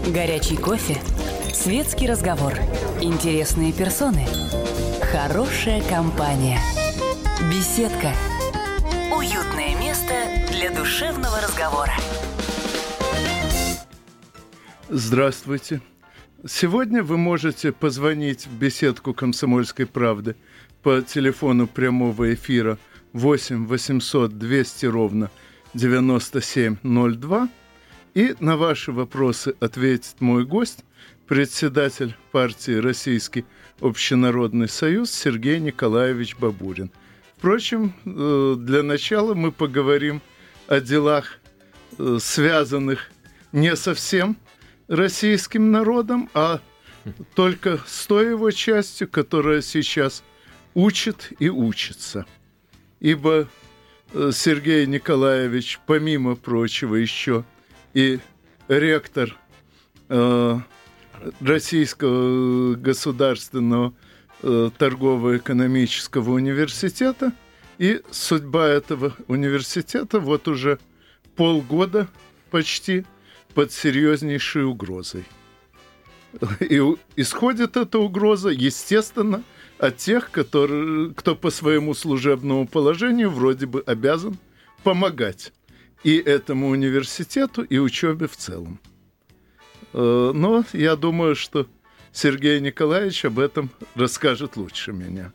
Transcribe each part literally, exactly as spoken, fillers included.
Горячий кофе, светский разговор, интересные персоны, хорошая компания, беседка, уютное место для душевного разговора. Здравствуйте. Сегодня вы можете позвонить в беседку «Комсомольской правды» по телефону прямого эфира восемь восемьсот двести ровно девяносто семь ноль два, и на ваши вопросы ответит мой гость, председатель партии «Российский общенародный союз» Сергей Николаевич Бабурин. Впрочем, для начала мы поговорим о делах, связанных не совсем российским народом, а только с той его частью, которая сейчас учит и учится. Ибо Сергей Николаевич, помимо прочего, еще и ректор э, Российского государственного э, торгово-экономического университета, и судьба этого университета вот уже полгода почти под серьезнейшей угрозой. И исходит эта угроза, естественно, от тех, которые, кто по своему служебному положению вроде бы обязан помогать и этому университету, и учебе в целом. Но я думаю, что Сергей Николаевич об этом расскажет лучше меня.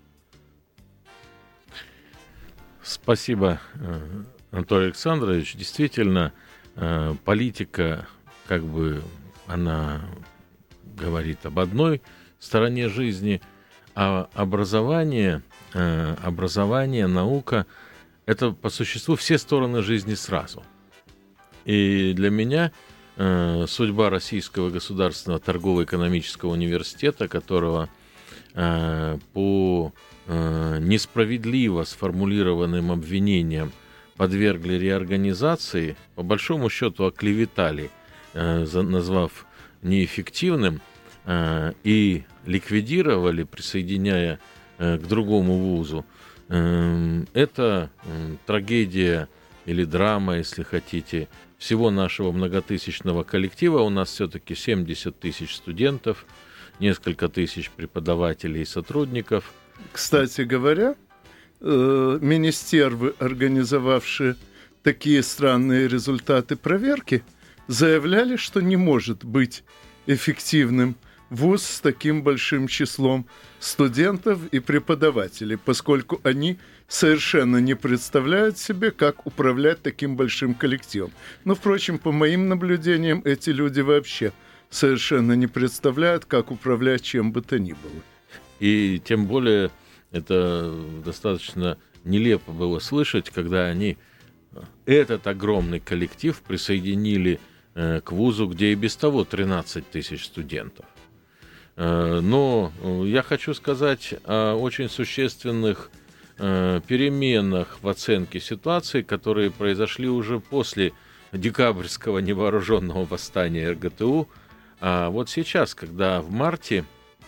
Спасибо, Анатолий Александрович. Действительно, политика, как бы, она говорит об одной стороне жизни, а образование, образование, наука — это по существу все стороны жизни сразу. И для меня э, судьба Российского государственного торгово-экономического университета, которого э, по э, несправедливо сформулированным обвинениям подвергли реорганизации, по большому счету оклеветали, э, за, назвав неэффективным, э, и ликвидировали, присоединяя э, к другому вузу, это трагедия или драма, если хотите, всего нашего многотысячного коллектива. У нас все-таки семьдесят тысяч студентов, несколько тысяч преподавателей и сотрудников. Кстати говоря, министервы, организовавшие такие странные результаты проверки, заявляли, что не может быть эффективным вуз с таким большим числом студентов и преподавателей, поскольку они совершенно не представляют себе, как управлять таким большим коллективом. Но, впрочем, по моим наблюдениям, эти люди вообще совершенно не представляют, как управлять чем бы то ни было. И тем более это достаточно нелепо было слышать, когда они этот огромный коллектив присоединили к вузу, где и без того тринадцать тысяч студентов. Но я хочу сказать о очень существенных переменах в оценке ситуации, которые произошли уже после декабрьского невооруженного восстания эр гэ тэ у. А вот сейчас, когда в марте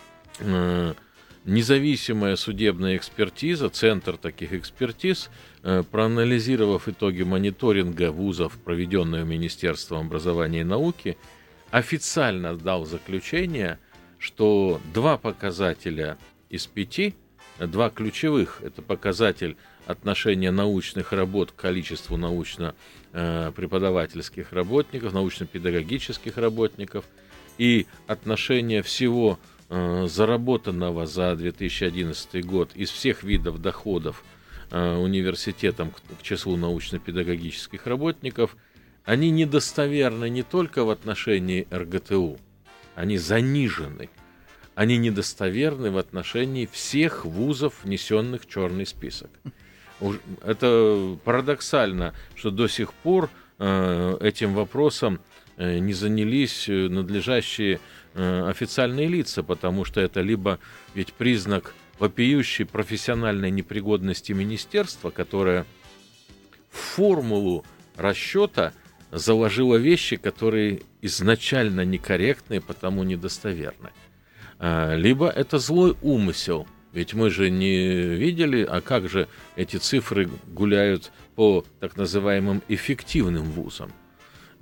независимая судебная экспертиза, центр таких экспертиз, проанализировав итоги мониторинга вузов, проведенного Министерством образования и науки, официально дал заключение, что два показателя из пяти, два ключевых, это показатель отношения научных работ к количеству научно-преподавательских работников, научно-педагогических работников, и отношение всего заработанного за две тысячи одиннадцатый год из всех видов доходов университетом к числу научно-педагогических работников, они недостоверны не только в отношении эр гэ тэ у, они занижены, они недостоверны в отношении всех вузов, внесенных в черный список. Это парадоксально, что до сих пор этим вопросом не занялись надлежащие официальные лица, потому что это либо ведь признак вопиющей профессиональной непригодности министерства, которое в формулу расчета заложило вещи, которые изначально некорректны, потому недостоверны. Либо это злой умысел, ведь мы же не видели, а как же эти цифры гуляют по так называемым эффективным вузам.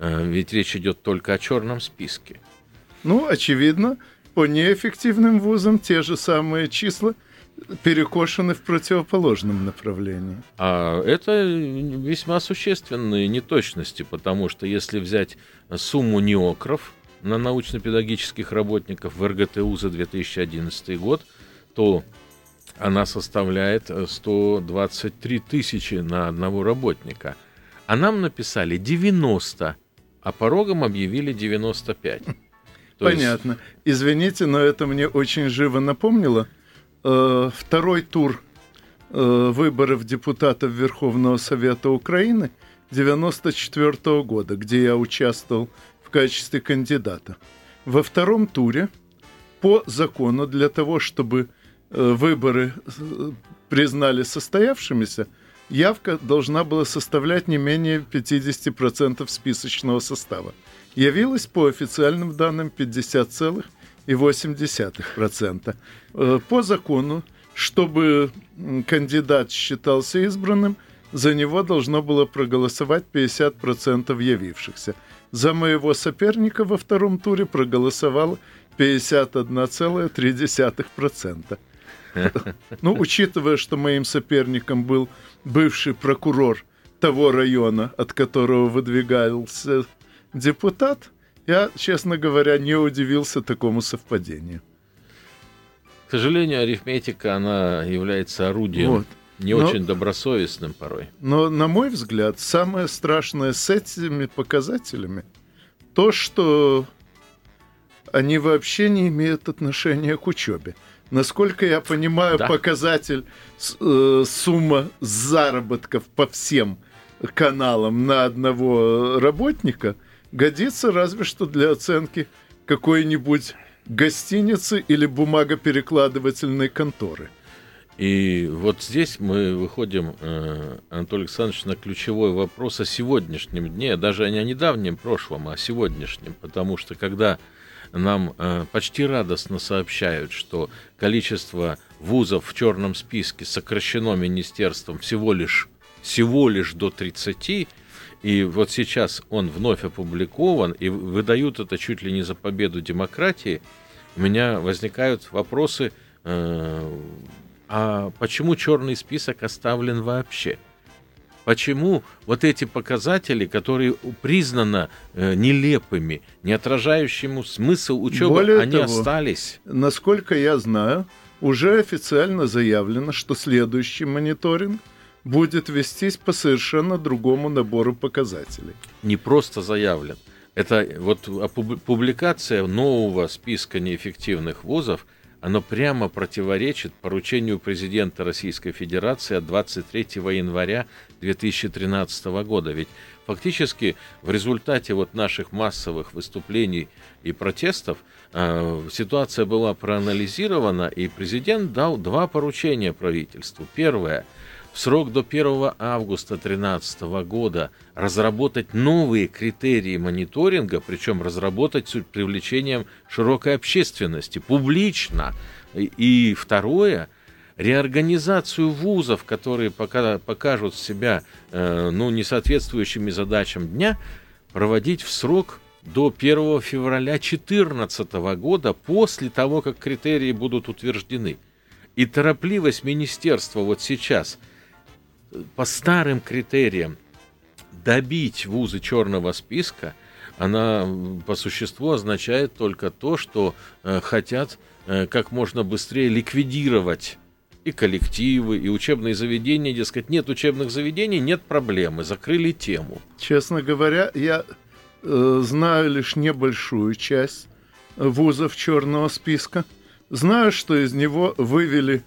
ведь речь идет только о черном списке. Ну, очевидно, по неэффективным вузам те же самые числа перекошены в противоположном направлении. А это весьма существенные неточности, потому что если взять сумму неокров на научно-педагогических работников в эр гэ тэ у за две тысячи одиннадцатый год, то она составляет сто двадцать три тысячи на одного работника. А нам написали девяносто, а порогом объявили девяносто пять. То Понятно. Есть... Извините, но это мне очень живо напомнило. Второй тур выборов депутатов Верховного Совета Украины девяносто четвёртого года, где я участвовал в качестве кандидата. Во втором туре по закону для того, чтобы выборы признали состоявшимися, явка должна была составлять не менее пятьдесят процентов списочного состава. Явилось по официальным данным пятьдесят целых восемь десятых процента. По закону, чтобы кандидат считался избранным, за него должно было проголосовать пятьдесят процентов явившихся. За моего соперника во втором туре проголосовало пятьдесят одна целая три десятых процента. Ну, учитывая, что моим соперником был бывший прокурор того района, от которого выдвигался депутат, я, честно говоря, не удивился такому совпадению. К сожалению, арифметика, она является орудием вот. не но, очень добросовестным порой. Но, на мой взгляд, самое страшное с этими показателями то, что они вообще не имеют отношения к учебе. Насколько я понимаю, да. показатель э, сумма заработков по всем каналам на одного работника годится разве что для оценки какой-нибудь гостиницы или бумагоперекладывательной конторы. И вот здесь мы выходим, Анатолий Александрович, на ключевой вопрос о сегодняшнем дне, даже не о недавнем прошлом, а о сегодняшнем, потому что когда нам почти радостно сообщают, что количество вузов в черном списке сокращено министерством всего лишь, всего лишь до тридцати, и вот сейчас он вновь опубликован, и выдают это чуть ли не за победу демократии, у меня возникают вопросы, э, а почему черный список оставлен вообще? Почему вот эти показатели, которые признаны э, нелепыми, не отражающими смысл учебы, Более они того, остались? Насколько я знаю, уже официально заявлено, что следующий мониторинг будет вестись по совершенно другому набору показателей. Не просто заявлен. Это вот публикация нового списка неэффективных вузов, оно прямо противоречит поручению президента Российской Федерации от двадцать третьего января две тысячи тринадцатого года. Ведь фактически в результате вот наших массовых выступлений и протестов э, ситуация была проанализирована, и президент дал два поручения правительству. Первое. В срок до первого августа две тысячи тринадцатого года разработать новые критерии мониторинга, причем разработать с привлечением широкой общественности, публично. И второе, реорганизацию вузов, которые пока покажут себя э, ну, несоответствующими задачам дня, проводить в срок до первого февраля две тысячи четырнадцатого года, после того, как критерии будут утверждены. И торопливость министерства вот сейчас по старым критериям добить вузы черного списка, она по существу означает только то, что э, хотят э, как можно быстрее ликвидировать и коллективы, и учебные заведения. Дескать, нет учебных заведений, нет проблемы, закрыли тему. Честно говоря, я э, знаю лишь небольшую часть вузов черного списка. Знаю, что из него вывели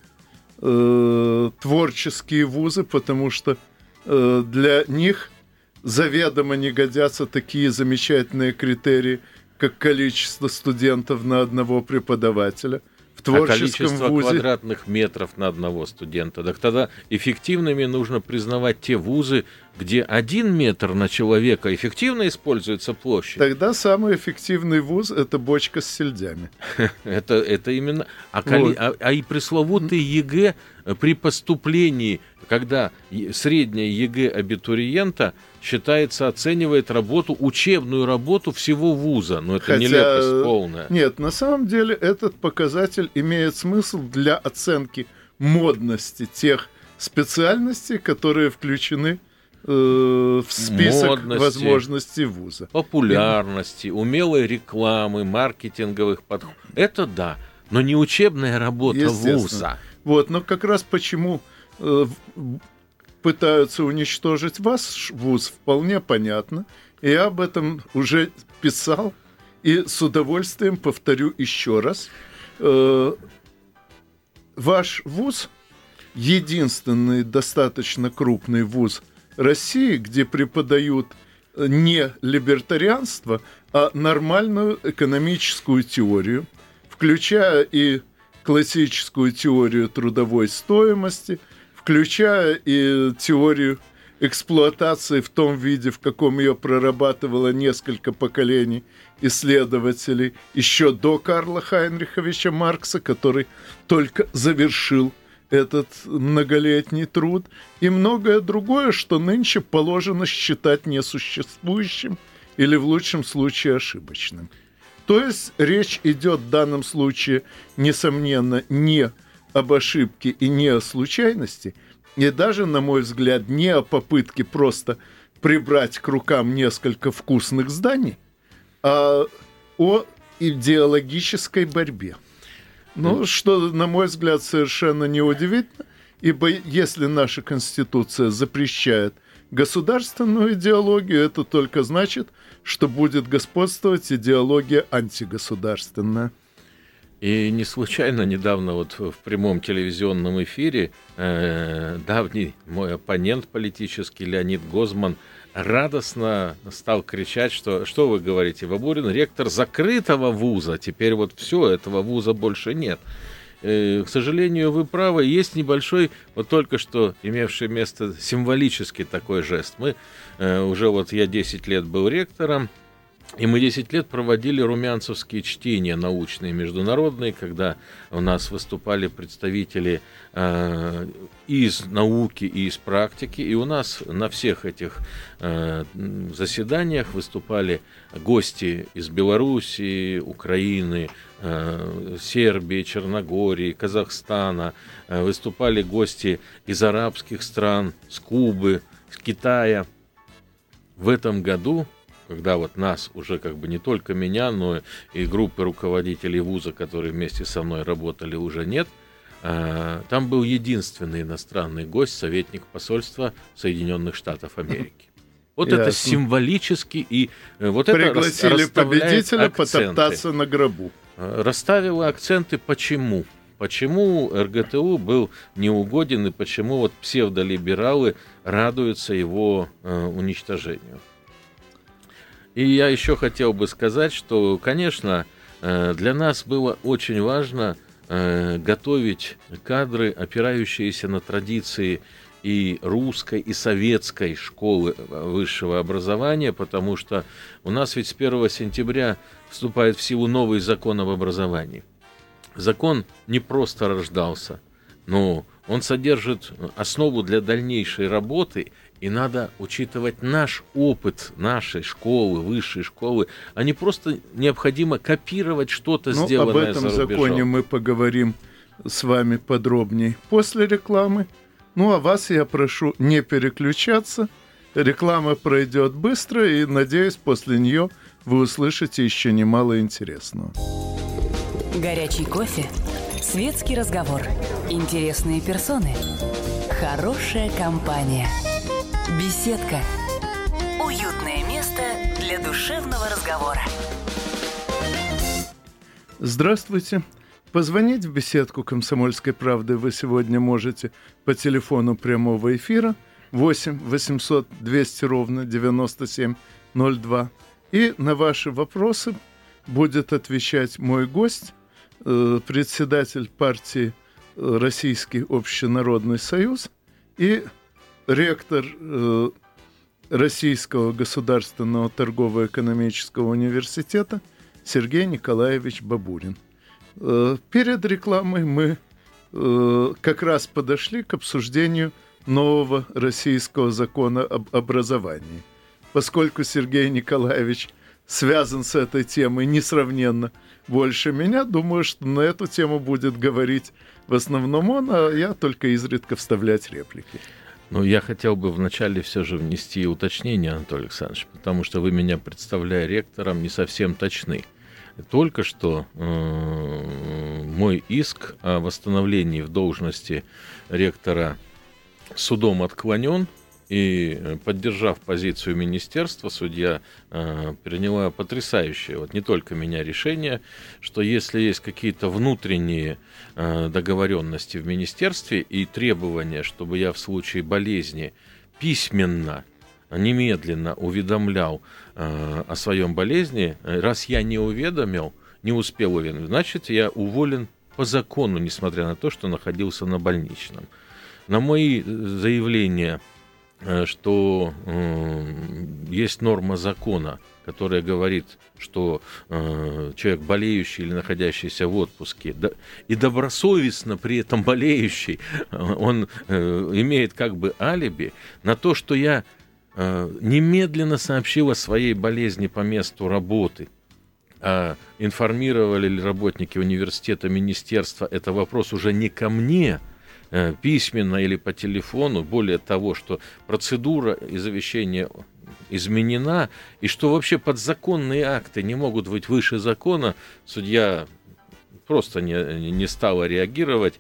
э, творческие вузы, потому что э, для них заведомо не годятся такие замечательные критерии, как количество студентов на одного преподавателя. В творческом а количество вузе... квадратных метров на одного студента. Так тогда эффективными нужно признавать те вузы, где один метр на человека эффективно используется площадь. Тогда самый эффективный вуз — это бочка с сельдями. это, это именно... А, коли... Вот. а, а и пресловутый ЕГЭ при поступлении, когда средняя ЕГЭ абитуриента считается, оценивает работу, учебную работу всего вуза. Но это Хотя, нелепость полная. Нет, на самом деле этот показатель имеет смысл для оценки модности тех специальностей, которые включены э, в список Модности, возможностей вуза. Популярности, умелой рекламы, маркетинговых подходов. Это да, но не учебная работа вуза. Вот, но как раз почему э, пытаются уничтожить ваш вуз, вполне понятно. И я об этом уже писал и с удовольствием повторю еще раз. Э, ваш вуз — единственный достаточно крупный вуз России, где преподают не либертарианство, а нормальную экономическую теорию, включая и классическую теорию трудовой стоимости, включая и теорию эксплуатации в том виде, в каком ее прорабатывало несколько поколений исследователей еще до Карла Хайнриховича Маркса, который только завершил этот многолетний труд, и многое другое, что нынче положено считать несуществующим или в лучшем случае ошибочным. То есть речь идет в данном случае, несомненно, не об ошибке и не о случайности, и даже, на мой взгляд, не о попытке просто прибрать к рукам несколько вкусных зданий, а о идеологической борьбе. Ну, что, на мой взгляд, совершенно неудивительно, ибо если наша Конституция запрещает государственную идеологию, это только значит, что будет господствовать идеология антигосударственная. И не случайно недавно вот в прямом телевизионном эфире э, давний мой оппонент политический Леонид Гозман радостно стал кричать, что, что вы говорите, Бабурин, ректор закрытого вуза, теперь вот все, этого вуза больше нет. Э, к сожалению, вы правы, есть небольшой, вот только что имевший место символический такой жест. Мы э, уже, вот я десять лет был ректором, и мы десять лет проводили румянцевские чтения научные, международные, когда у нас выступали представители э, и из науки, и из практики. И у нас на всех этих э, заседаниях выступали гости из Белоруссии, Украины, э, Сербии, Черногории, Казахстана. Э, выступали гости из арабских стран, с Кубы, с Китая. В этом году, когда вот нас уже как бы не только меня, но и группы руководителей вуза, которые вместе со мной работали, уже нет, там был единственный иностранный гость, советник посольства Соединенных Штатов Америки. Вот Ясно. Это символически, и вот пригласили это победителя акценты. Потоптаться на гробу. Расставила акценты почему. Почему РГТУ был неугоден и почему вот псевдолибералы радуются его э, уничтожению. И я еще хотел бы сказать, что, конечно, для нас было очень важно готовить кадры, опирающиеся на традиции и русской, и советской школы высшего образования, потому что у нас ведь с первого сентября вступает в силу новый закон об образовании. Закон не просто рождался, но он содержит основу для дальнейшей работы. И надо учитывать наш опыт нашей школы, высшей школы, а не просто необходимо копировать что-то, ну, сделанное за рубежом. Об этом законе мы поговорим с вами подробнее после рекламы. Ну, а вас я прошу не переключаться. Реклама пройдет быстро, и, надеюсь, после нее вы услышите еще немало интересного. Горячий кофе, светский разговор, интересные персоны, хорошая компания. Беседка. Уютное место для душевного разговора. Здравствуйте. Позвонить в беседку «Комсомольской правды» вы сегодня можете по телефону прямого эфира восемь восемьсот двести ровно девяносто семь ноль два. И на ваши вопросы будет отвечать мой гость, председатель партии «Российский общенародный союз» и ректор э, Российского государственного торгово-экономического университета Сергей Николаевич Бабурин. Перед рекламой мы как раз подошли к обсуждению нового российского закона об образовании. Поскольку Сергей Николаевич связан с этой темой несравненно больше меня, думаю, что на эту тему будет говорить в основном он, а я только изредка вставлять реплики. Ну, я хотел бы вначале все же внести уточнение, Анатолий Александрович, потому что вы меня, представляя ректором, не совсем точны. Только что э, мой иск о восстановлении в должности ректора судом отклонен, и, поддержав позицию министерства, судья э, приняла потрясающее, вот не только меня, решение, что если есть какие-то внутренние э, договоренности в министерстве и требования, чтобы я в случае болезни письменно, немедленно уведомлял э, о своем болезни, раз я не уведомил, не успел уведомить, значит, я уволен по закону, несмотря на то, что находился на больничном. На мои заявления, что э, есть норма закона, которая говорит, что э, человек, болеющий или находящийся в отпуске, да, и добросовестно при этом болеющий, он э, имеет как бы алиби на то, что я э, немедленно сообщил о своей болезни по месту работы. А информировали ли работники университета, министерства, это вопрос уже не ко мне, письменно или по телефону, более того, что процедура извещения изменена, и что вообще подзаконные акты не могут быть выше закона, судья просто не, не стала реагировать,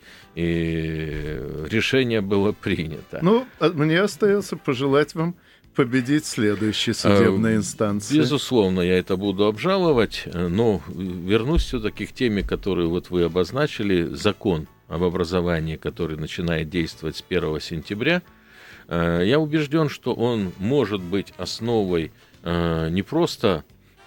и решение было принято. Ну, мне остается пожелать вам победить в следующей судебной инстанции. Безусловно, я это буду обжаловать, но вернусь все-таки к теме, которую вот вы обозначили, закон об образовании, который начинает действовать с первого сентября. Я убежден, что он может быть основой не просто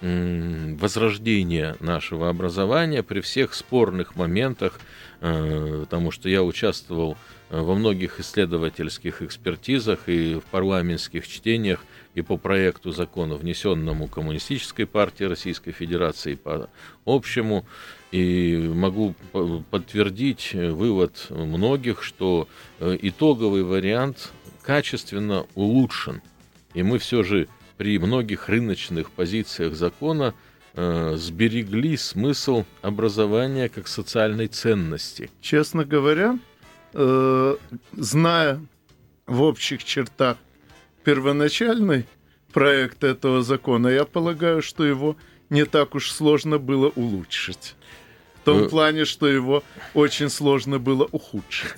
возрождения нашего образования при всех спорных моментах, потому что я участвовал во многих исследовательских экспертизах и в парламентских чтениях и по проекту закона, внесенному Коммунистической партией Российской Федерации, по общему, и могу подтвердить вывод многих, что итоговый вариант качественно улучшен, и мы все же при многих рыночных позициях закона э, сберегли смысл образования как социальной ценности. Честно говоря, э, зная в общих чертах первоначальный проект этого закона, я полагаю, что его не так уж сложно было улучшить. В том плане, что его очень сложно было ухудшить.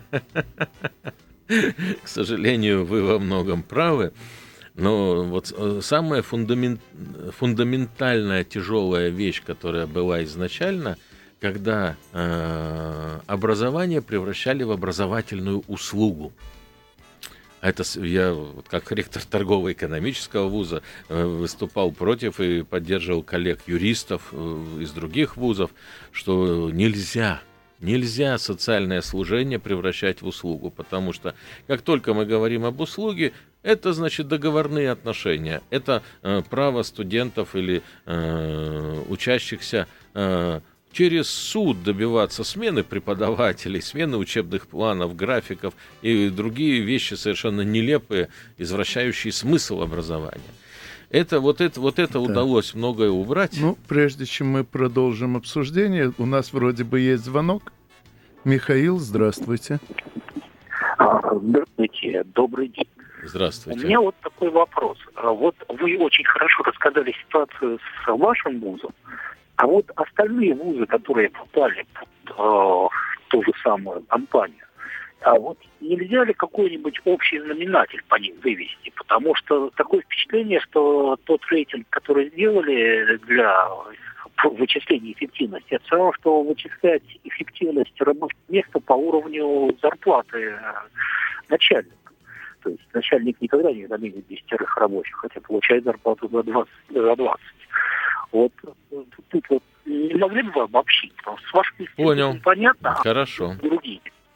К сожалению, вы во многом правы. Но вот самая фундамент, фундаментальная тяжелая вещь, которая была изначально, когда э, образование превращали в образовательную услугу. Это я, как ректор торгово-экономического вуза, э, выступал против и поддерживал коллег-юристов э, из других вузов, что нельзя... Нельзя социальное служение превращать в услугу, потому что как только мы говорим об услуге, это значит договорные отношения, это э, право студентов или э, учащихся э, через суд добиваться смены преподавателей, смены учебных планов, графиков и другие вещи совершенно нелепые, извращающие смысл образования. Это, вот это, вот это да. удалось многое убрать. Ну, прежде чем мы продолжим обсуждение, у нас вроде бы есть звонок. Михаил, здравствуйте. Здравствуйте, добрый день. Здравствуйте. У меня вот такой вопрос. Вот вы очень хорошо рассказали ситуацию с вашим вузом, а вот остальные вузы, которые попали под э, ту же самую компанию, а вот нельзя ли какой-нибудь общий знаменатель по ним вывести? Потому что такое впечатление, что тот рейтинг, который сделали для вычисления эффективности, это все равно, что вычислять эффективность рабочего места по уровню зарплаты начальника. То есть начальник никогда не заменит десятерых рабочих, хотя получает зарплату за двадцать. За двадцать. Вот тут вот не могли бы вы обобщить? Потому что с вашим Понял. понятно, Хорошо. а другие.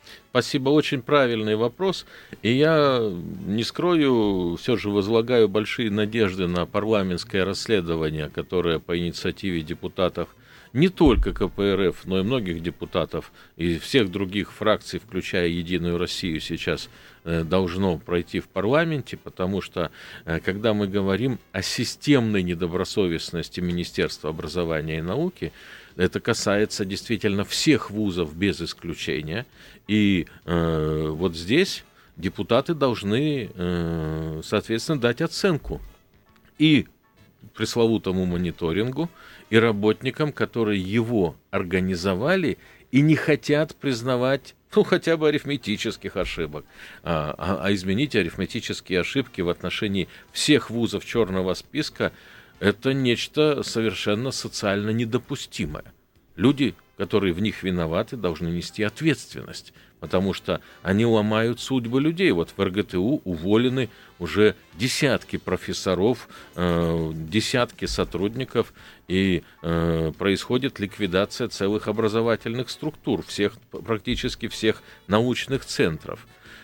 Спасибо, очень правильный вопрос. И я, не скрою, все же возлагаю большие надежды на парламентское расследование, которое по инициативе депутатов не только ка пэ эр эф, но и многих депутатов и всех других фракций, включая «Единую Россию», сейчас должно пройти в парламенте, потому что, когда мы говорим о системной недобросовестности Министерства образования и науки, это касается действительно всех вузов без исключения. И э, вот здесь депутаты должны, э, соответственно, дать оценку и пресловутому мониторингу, и работникам, которые его организовали и не хотят признавать, ну, хотя бы арифметических ошибок, а, а, а изменить арифметические ошибки в отношении всех вузов черного списка — это нечто совершенно социально недопустимое. Люди, которые в них виноваты, должны нести ответственность, потому что они ломают судьбы людей. Вот в эр гэ тэ у уволены уже десятки профессоров, э, десятки сотрудников, и э, происходит ликвидация целых образовательных структур, всех, практически всех научных центров.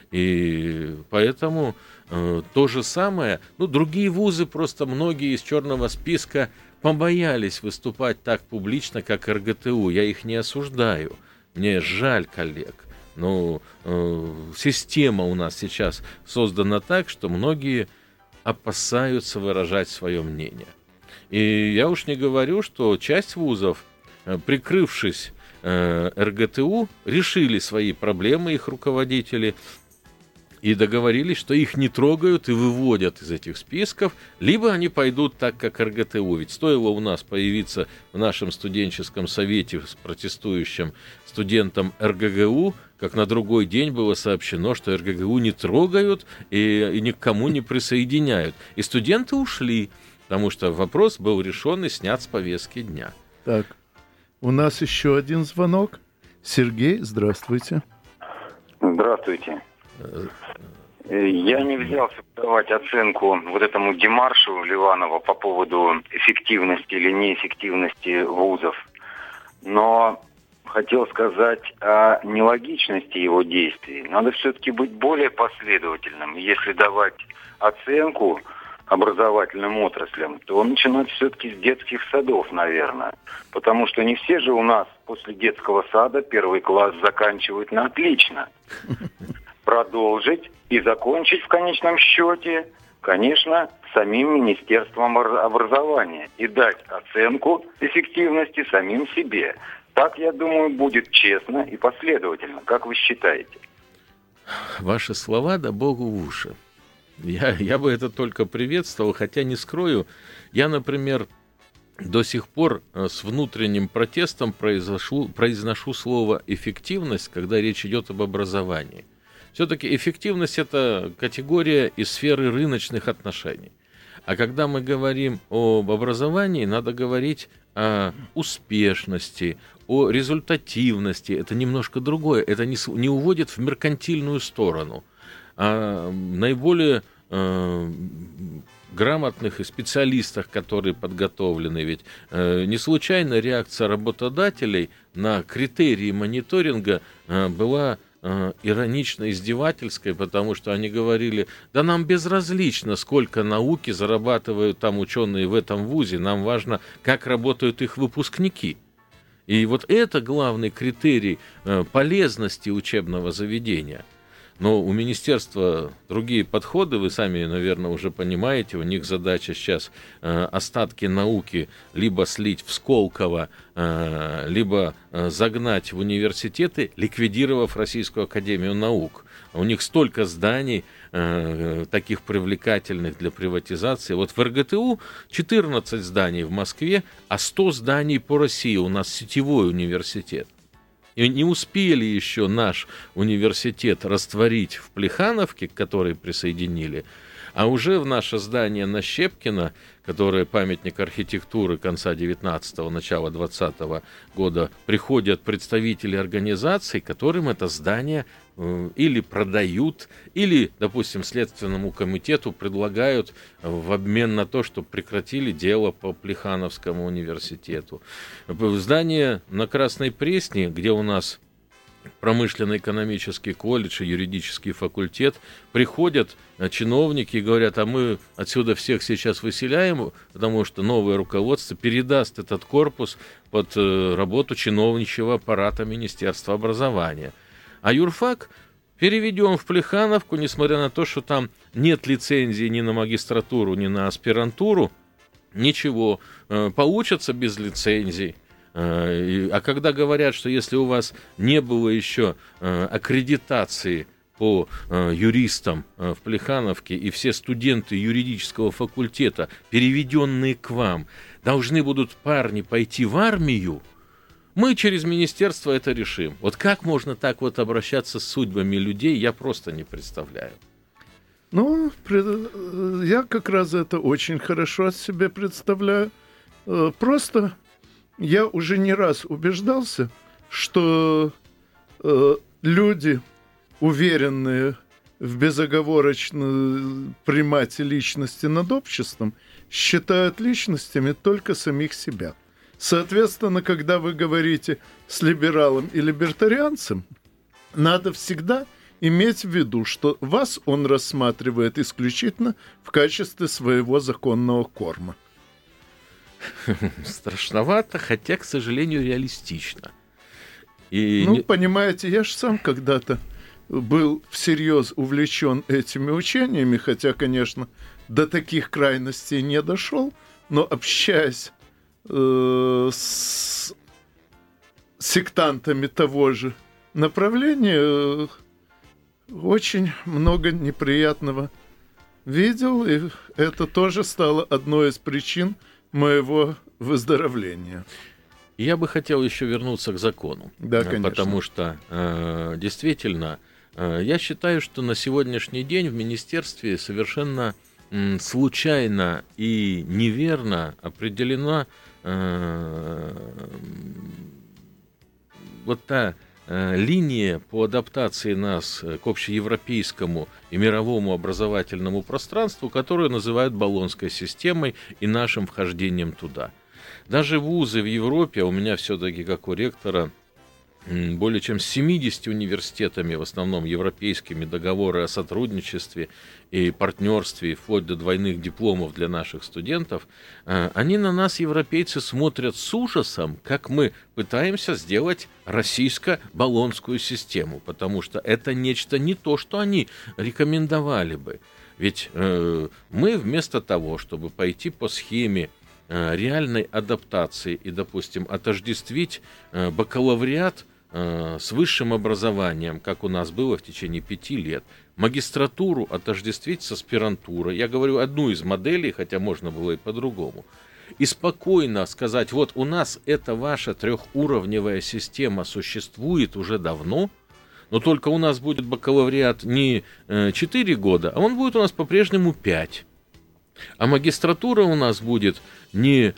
И поэтому э, то же самое, ну, другие вузы, просто многие из черного списка побоялись выступать так публично, как эр гэ тэ у. Я их не осуждаю, мне жаль коллег. Но э, система у нас сейчас создана так, что многие опасаются выражать свое мнение. И я уж не говорю, что часть вузов, э, прикрывшись э, эр гэ тэ у, решили свои проблемы, их руководители, и договорились, что их не трогают и выводят из этих списков, либо они пойдут так, как эр гэ тэ у. Ведь стоило у нас появиться в нашем студенческом совете с протестующим студентом эр гэ гэ у, как на другой день было сообщено, что эр гэ гэ у не трогают и, и ни к кому не присоединяют. И студенты ушли, потому что вопрос был решен и снят с повестки дня. Так, у нас еще один звонок. Сергей, здравствуйте. Здравствуйте. Я не взялся давать оценку вот этому демаршу Ливанова по поводу эффективности или неэффективности вузов, но хотел сказать о нелогичности его действий. Надо все-таки быть более последовательным. Если давать оценку образовательным отраслям, то начинать все-таки с детских садов, наверное. Потому что не все же у нас после детского сада первый класс заканчивают на отлично. Продолжить и закончить в конечном счете, конечно, самим Министерством образования и дать оценку эффективности самим себе. Так, я думаю, будет честно и последовательно. Как вы считаете? Ваши слова, да богу в уши. Я, я бы это только приветствовал, хотя не скрою. Я, например, до сих пор с внутренним протестом произношу, произношу слово «эффективность», когда речь идет об образовании. Все-таки эффективность – это категория из сферы рыночных отношений. А когда мы говорим об образовании, надо говорить о успешности, о результативности. Это немножко другое. Это не, не уводит в меркантильную сторону. А наиболее э, грамотных и специалистах, которые подготовлены. Ведь э, не случайно реакция работодателей на критерии мониторинга э, была иронично-издевательской, потому что они говорили: да нам безразлично, сколько науки зарабатывают там ученые в этом вузе, нам важно, как работают их выпускники. И вот это главный критерий полезности учебного заведения. Но у министерства другие подходы, вы сами, наверное, уже понимаете, у них задача сейчас э, остатки науки либо слить в Сколково, э, либо э, загнать в университеты, ликвидировав Российскую академию наук. У них столько зданий, э, таких привлекательных для приватизации. Вот в эр гэ тэ у четырнадцать зданий в Москве, а сто зданий по России. У нас сетевой университет. И не успели еще наш университет растворить в Плехановке, к которой присоединили, а уже в наше здание на Щепкина, которое памятник архитектуры конца девятнадцатого, начала двадцатого года, приходят представители организаций, которым это здание э, или продают, или, допустим, Следственному комитету предлагают в обмен на то, чтобы прекратили дело по Плехановскому университету. Здание на Красной Пресне, где у нас промышленно-экономический колледж и юридический факультет, приходят чиновники и говорят, а мы отсюда всех сейчас выселяем, потому что новое руководство передаст этот корпус под работу чиновничьего аппарата Министерства образования. А юрфак переведем в Плехановку, несмотря на то, что там нет лицензии ни на магистратуру, ни на аспирантуру, ничего, получатся без лицензий. А когда говорят, что если у вас не было еще аккредитации по юристам в Плехановке, и все студенты юридического факультета, переведенные к вам, должны будут парни пойти в армию, мы через министерство это решим. Вот как можно так вот обращаться с судьбами людей, я просто не представляю. Ну, я как раз это очень хорошо себе представляю. Просто я уже не раз убеждался, что э, люди, уверенные в безоговорочном примате личности над обществом, считают личностями только самих себя. Соответственно, когда вы говорите с либералом и либертарианцем, надо всегда иметь в виду, что вас он рассматривает исключительно в качестве своего законного корма. Страшновато, хотя, к сожалению, реалистично. И ну, не... понимаете, я же сам когда-то был всерьез увлечен этими учениями, хотя, конечно, до таких крайностей не дошел, но общаясь э, с сектантами того же направления, э, очень много неприятного видел, и это тоже стало одной из причин моего выздоровления. Я бы хотел еще вернуться к закону. Да, конечно. Потому что э, действительно, э, я считаю, что на сегодняшний день в министерстве совершенно э, случайно и неверно определена э, вот та э, линия по адаптации нас к общеевропейскому и мировому образовательному пространству, которую называют Болонской системой и нашим вхождением туда. Даже вузы в Европе, у меня все-таки, как у ректора, более чем с семьюдесятью университетами, в основном европейскими, договоры о сотрудничестве и партнерстве, вплоть до двойных дипломов для наших студентов, они на нас, европейцы, смотрят с ужасом, как мы пытаемся сделать российско-болонскую систему, потому что это нечто не то, что они рекомендовали бы. Ведь э, мы вместо того, чтобы пойти по схеме э, реальной адаптации и, допустим, отождествить э, бакалавриат э, с высшим образованием, как у нас было в течение пяти лет, магистратуру отождествить с аспирантурой, я говорю одну из моделей, хотя можно было и по-другому, и спокойно сказать, вот у нас эта ваша трехуровневая система существует уже давно, но только у нас будет бакалавриат не четыре года, а он будет у нас по-прежнему пять. А магистратура у нас будет не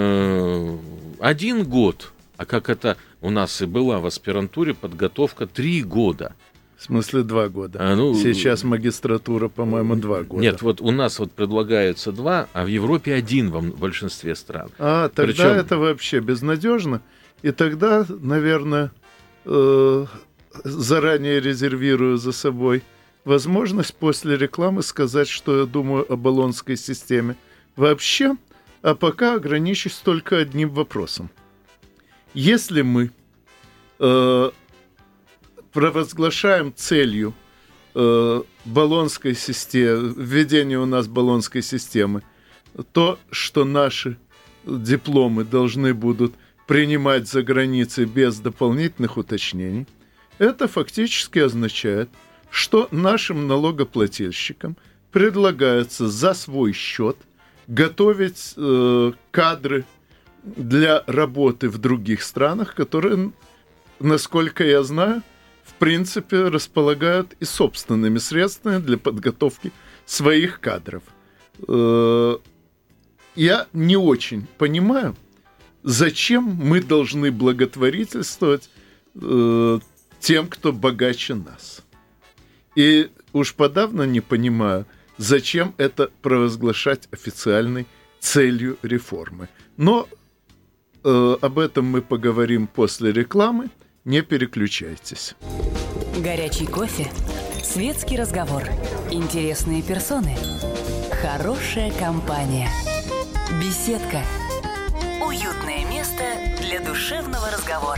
э, один год, а как это у нас и была в аспирантуре подготовка три года. В смысле два года? А, ну, сейчас магистратура, по-моему, два года. Нет, вот у нас вот предлагаются два, а в Европе один в большинстве стран. А, тогда Причем... это вообще безнадежно. И тогда, наверное... Э- заранее резервирую за собой возможность после рекламы сказать, что я думаю о болонской системе вообще, а пока ограничусь только одним вопросом. Если мы э, провозглашаем целью э, болонской системы, введения у нас болонской системы, то, что наши дипломы должны будут принимать за границей без дополнительных уточнений, это фактически означает, что нашим налогоплательщикам предлагается за свой счет готовить э, кадры для работы в других странах, которые, насколько я знаю, в принципе располагают и собственными средствами для подготовки своих кадров. Э, я не очень понимаю, зачем мы должны благотворительствовать э, тем, кто богаче нас. И уж подавно не понимаю, зачем это провозглашать официальной целью реформы. Но э, об этом мы поговорим после рекламы. Не переключайтесь. Горячий кофе, светский разговор, интересные персоны, хорошая компания, беседка, уютное место для душевного разговора.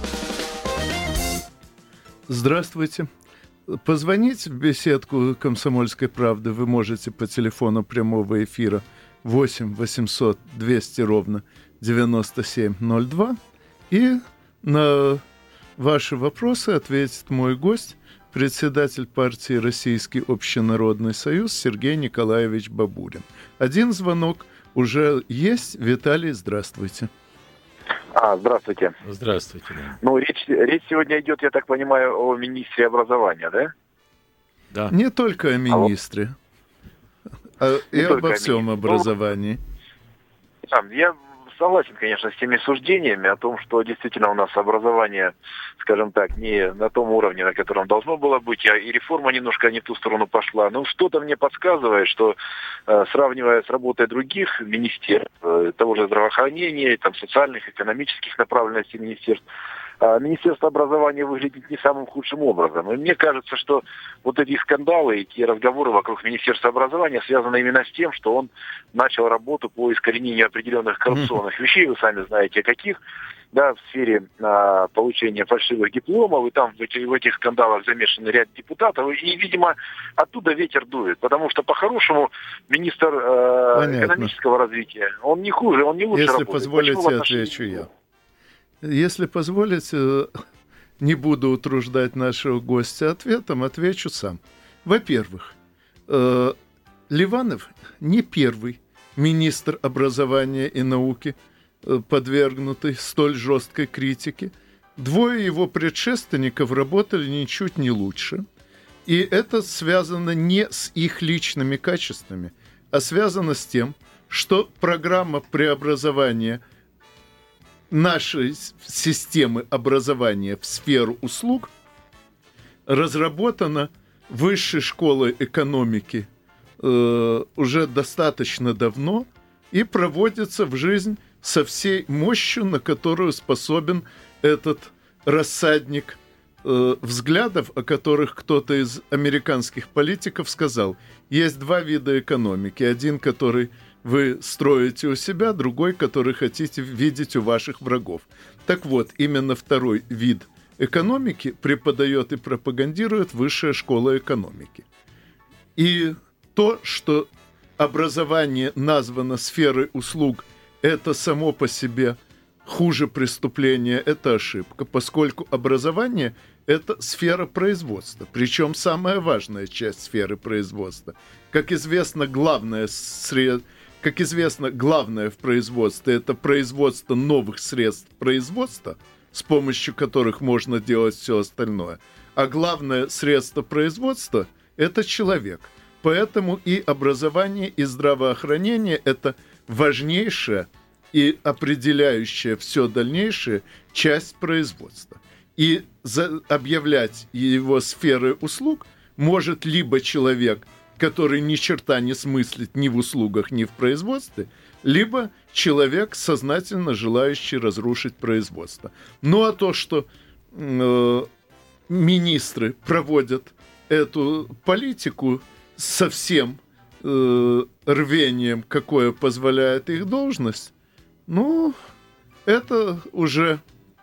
Здравствуйте. Позвонить в беседку «Комсомольской правды» вы можете по телефону прямого эфира восемь восемьсот двести ровно девяносто семь ноль два. И на ваши вопросы ответит мой гость, председатель партии «Российский общенародный союз» Сергей Николаевич Бабурин. Один звонок уже есть. Виталий, здравствуйте. А, здравствуйте. Здравствуйте. Да. Ну, речь, речь сегодня идет, я так понимаю, о министре образования, да? Да. Не только о министре, а и обо всем о образовании. Ну, я согласен, конечно, с теми суждениями о том, что действительно у нас образование, скажем так, не на том уровне, на котором должно было быть, а и реформа немножко не в ту сторону пошла. Но что-то мне подсказывает, что э, сравнивая с работой других министерств, э, того же здравоохранения, там, социальных, экономических направленностей министерств, э, Министерство образования выглядит не самым худшим образом. И мне кажется, что вот эти скандалы, эти разговоры вокруг Министерства образования связаны именно с тем, что он начал работу по искоренению определенных коррупционных вещей, вы сами знаете каких, да, в сфере а, получения фальшивых дипломов, и там в, эти, в этих скандалах замешаны ряд депутатов, и, видимо, оттуда ветер дует, потому что, по-хорошему, министр э, экономического развития, он не хуже, он не лучше Если работает. позволите, отвечу я. Если позволите, не буду утруждать нашего гостя ответом, отвечу сам. Во-первых, э, Ливанов не первый министр образования и науки, э, подвергнутый столь жесткой критике. Двое его предшественников работали ничуть не лучше. И это связано не с их личными качествами, а связано с тем, что программа преобразования нашей системы образования в сферу услуг разработана Высшей школой экономики э, уже достаточно давно и проводится в жизнь со всей мощью, на которую способен этот рассадник э, взглядов, о которых кто-то из американских политиков сказал. Есть два вида экономики. Один, который вы строите у себя, другой, который хотите видеть у ваших врагов. Так вот, именно второй вид экономики преподает и пропагандирует Высшая школа экономики. И то, что образование названо сферой услуг, это само по себе хуже преступления, это ошибка, поскольку образование – это сфера производства, причем самая важная часть сферы производства. Как известно, главное средство Как известно, главное в производстве – это производство новых средств производства, с помощью которых можно делать все остальное. А главное средство производства – это человек. Поэтому и образование, и здравоохранение – это важнейшая и определяющая все дальнейшее часть производства. И за, объявлять его сферой услуг может либо человек, который ни черта не смыслит ни в услугах, ни в производстве, либо человек, сознательно желающий разрушить производство. Ну а то, что э, министры проводят эту политику со всем э, рвением, какое позволяет их должность, ну, это уже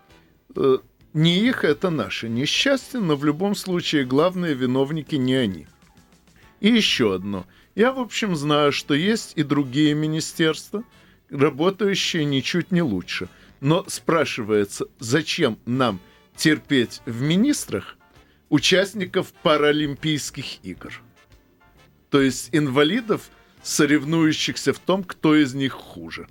э, не их, это наше несчастье, но в любом случае главные виновники не они. И еще одно. Я, в общем, знаю, что есть и другие министерства, работающие ничуть не лучше. Но спрашивается, зачем нам терпеть в министрах участников Паралимпийских игр? То есть инвалидов, соревнующихся в том, кто из них хуже.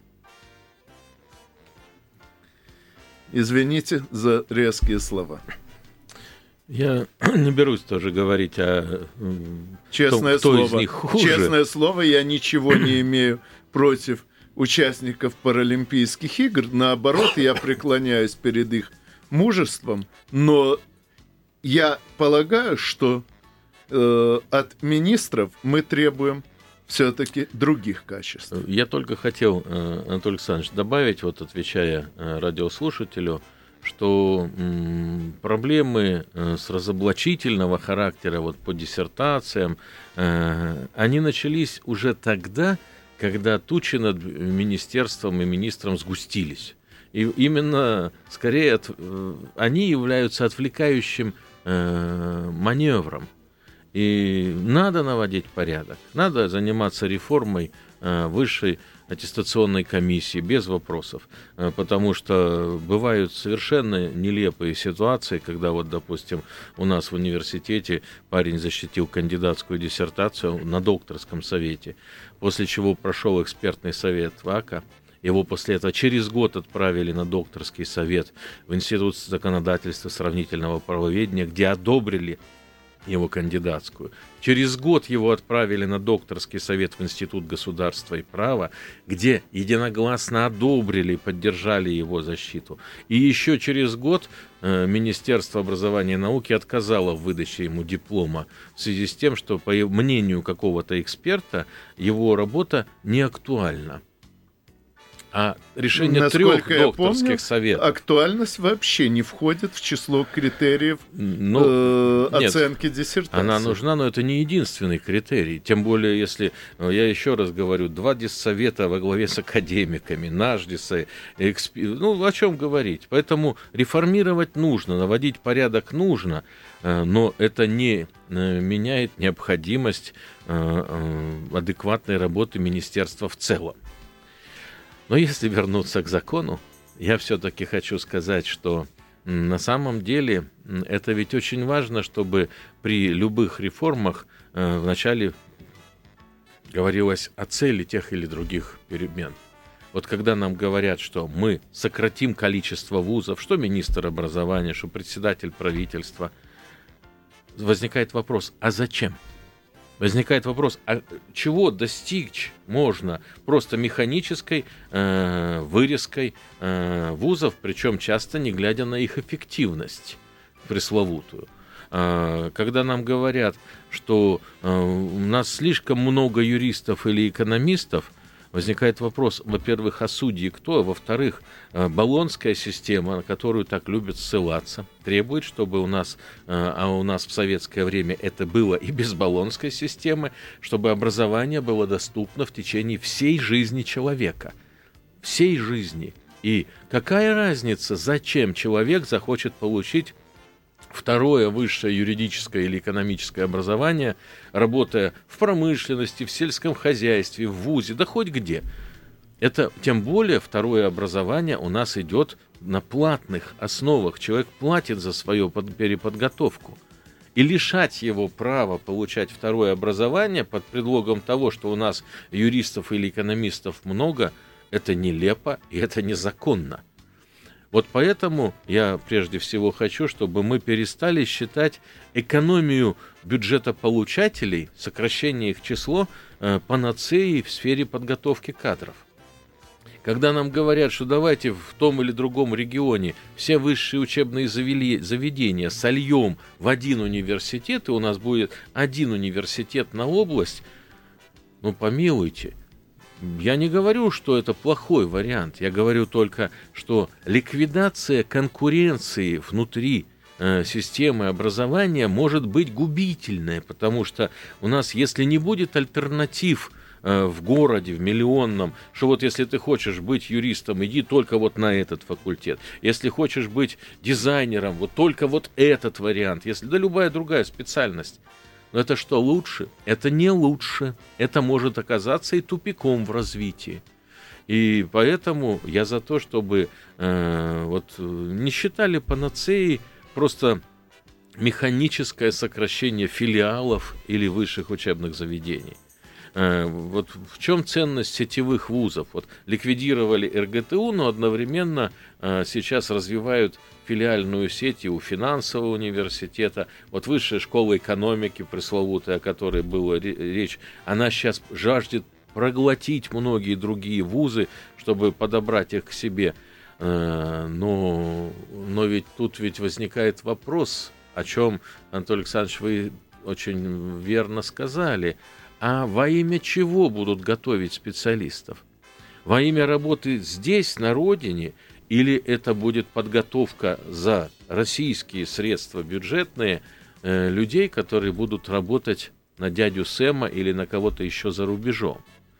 Извините за резкие слова. Я не берусь тоже говорить о Честное том, кто слово, из них хуже. Честное слово, я ничего не имею против участников Паралимпийских игр. Наоборот, я преклоняюсь перед их мужеством. Но я полагаю, что э, от министров мы требуем все-таки других качеств. Я только хотел, Анатолий Александрович, добавить, вот отвечая радиослушателю, что м, проблемы э, с разоблачительного характера вот, по диссертациям, э, они начались уже тогда, когда тучи над министерством и министром сгустились. И именно, скорее, от, э, они являются отвлекающим э, маневром. И надо наводить порядок, надо заниматься реформой э, высшей аттестационной комиссии без вопросов, э, потому что бывают совершенно нелепые ситуации, когда вот, допустим, у нас в университете парень защитил кандидатскую диссертацию на докторском совете, после чего прошел экспертный совет ВАКа. Его после этого через год отправили на докторский совет в Институт законодательства сравнительного правоведения, где одобрили его кандидатскую. Через год его отправили на докторский совет в Институт государства и права, где единогласно одобрили и поддержали его защиту. И еще через год э, Министерство образования и науки отказало в выдаче ему диплома в связи с тем, что, по мнению какого-то эксперта, его работа не актуальна. А решение Насколько трех докторских помню, советов... актуальность вообще не входит в число критериев ну, э, нет, оценки диссертации. Она нужна, но это не единственный критерий. Тем более, если, я еще раз говорю, два диссовета во главе с академиками, наш диссовет, эксп... ну, о чем говорить. Поэтому реформировать нужно, наводить порядок нужно, но это не меняет необходимость адекватной работы министерства в целом. Но если вернуться к закону, я все-таки хочу сказать, что на самом деле это ведь очень важно, чтобы при любых реформах э, вначале говорилось о цели тех или других перемен. Вот когда нам говорят, что мы сократим количество вузов, что министр образования, что председатель правительства, возникает вопрос, а зачем? Возникает вопрос, а чего достичь можно просто механической э, вырезкой э, вузов, причем часто не глядя на их эффективность пресловутую. Э, когда нам говорят, что э, у нас слишком много юристов или экономистов, возникает вопрос, во-первых, о судьи кто, а во-вторых, болонская система, на которую так любят ссылаться, требует, чтобы у нас, а у нас в советское время это было и без болонской системы, чтобы образование было доступно в течение всей жизни человека. Всей жизни. И какая разница, зачем человек захочет получить второе высшее юридическое или экономическое образование, работая в промышленности, в сельском хозяйстве, в вузе, да хоть где. Это, тем более, второе образование у нас идет на платных основах. Человек платит за свою переподготовку. И лишать его права получать второе образование под предлогом того, что у нас юристов или экономистов много, это нелепо и это незаконно. Вот поэтому я прежде всего хочу, чтобы мы перестали считать экономию бюджетополучателей, сокращение их число, панацеей в сфере подготовки кадров. Когда нам говорят, что давайте в том или другом регионе все высшие учебные заведения сольем в один университет, и у нас будет один университет на область, ну помилуйте. Я не говорю, что это плохой вариант. Я говорю только, что ликвидация конкуренции внутри э, системы образования может быть губительной, потому что у нас, если не будет альтернатив э, в городе, в миллионном, что вот если ты хочешь быть юристом, иди только вот на этот факультет. Если хочешь быть дизайнером, вот только вот этот вариант. Если да любая другая специальность. Но это что, лучше? Это не лучше. Это может оказаться и тупиком в развитии. И поэтому я за то, чтобы э, вот, не считали панацеей просто механическое сокращение филиалов или высших учебных заведений. Э, вот в чем ценность сетевых вузов? Вот ликвидировали эр гэ тэ у, но одновременно э, сейчас развивают филиальную сеть и у финансового университета. Вот высшая школа экономики пресловутая, о которой была речь, она сейчас жаждет проглотить многие другие вузы, чтобы подобрать их к себе. Но, но ведь тут ведь возникает вопрос, о чем, Анатолий Александрович, вы очень верно сказали. А во имя чего будут готовить специалистов? Во имя работы здесь, на родине, или это будет подготовка за российские средства бюджетные э, людей, которые будут работать на дядю Сэма или на кого-то еще за рубежом.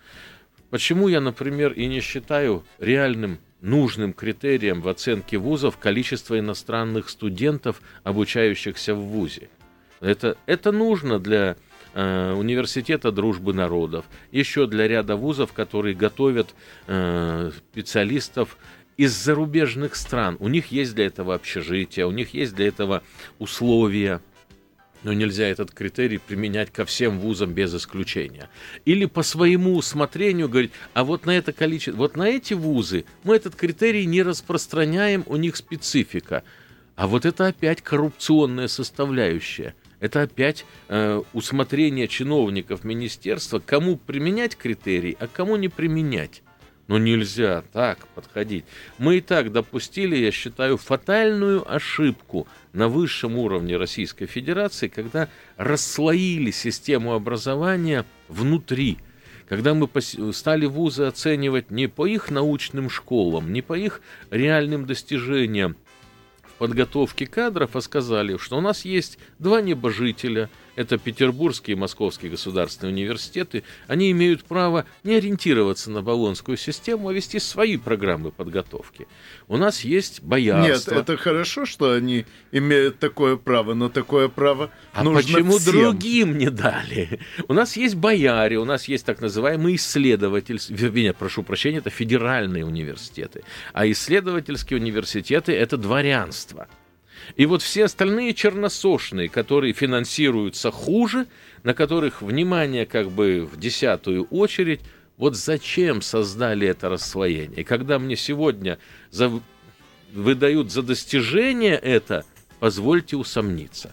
Почему я, например, и не считаю реальным нужным критерием в оценке вузов количество иностранных студентов, обучающихся в вузе? Это, это нужно для э, Университета дружбы народов, еще для ряда вузов, которые готовят э, специалистов из зарубежных стран. У них есть для этого общежития, у них есть для этого условия. Но нельзя этот критерий применять ко всем вузам без исключения. Или по своему усмотрению говорить, а вот на это количество, вот на эти вузы мы этот критерий не распространяем, у них специфика. А вот это опять коррупционная составляющая. Это опять э, усмотрение чиновников министерства, кому применять критерий, а кому не применять. Но нельзя так подходить. Мы и так допустили, я считаю, фатальную ошибку на высшем уровне Российской Федерации, когда расслоили систему образования внутри. Когда мы стали вузы оценивать не по их научным школам, не по их реальным достижениям в подготовке кадров, а сказали, что у нас есть два небожителя, это Петербургский и Московский государственные университеты, они имеют право не ориентироваться на болонскую систему, а вести свои программы подготовки. У нас есть боярство. Нет, это хорошо, что они имеют такое право, но такое право а нужно почему всем. Другим не дали? У нас есть бояре, у нас есть так называемые исследовательские, прошу прощения, это федеральные университеты, а исследовательские университеты — это дворянство. И вот все остальные черносошные, которые финансируются хуже, на которых внимание как бы в десятую очередь, вот зачем создали это расслоение? И когда мне сегодня за... выдают за достижение это, позвольте усомниться.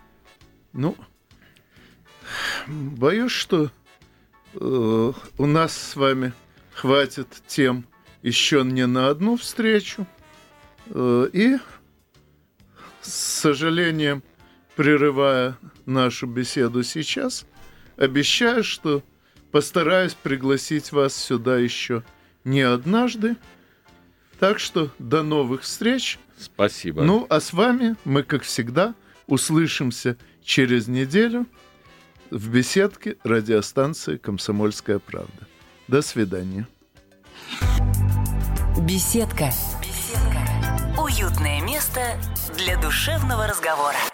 Ну, боюсь, что э, у нас с вами хватит тем еще не на одну встречу. Э, и... С сожалением, прерывая нашу беседу сейчас, обещаю, что постараюсь пригласить вас сюда еще не однажды. Так что до новых встреч. Спасибо. Ну, а с вами мы, как всегда, услышимся через неделю в беседке радиостанции «Комсомольская правда». До свидания. Беседка. Беседка. Уютное место для душевного разговора.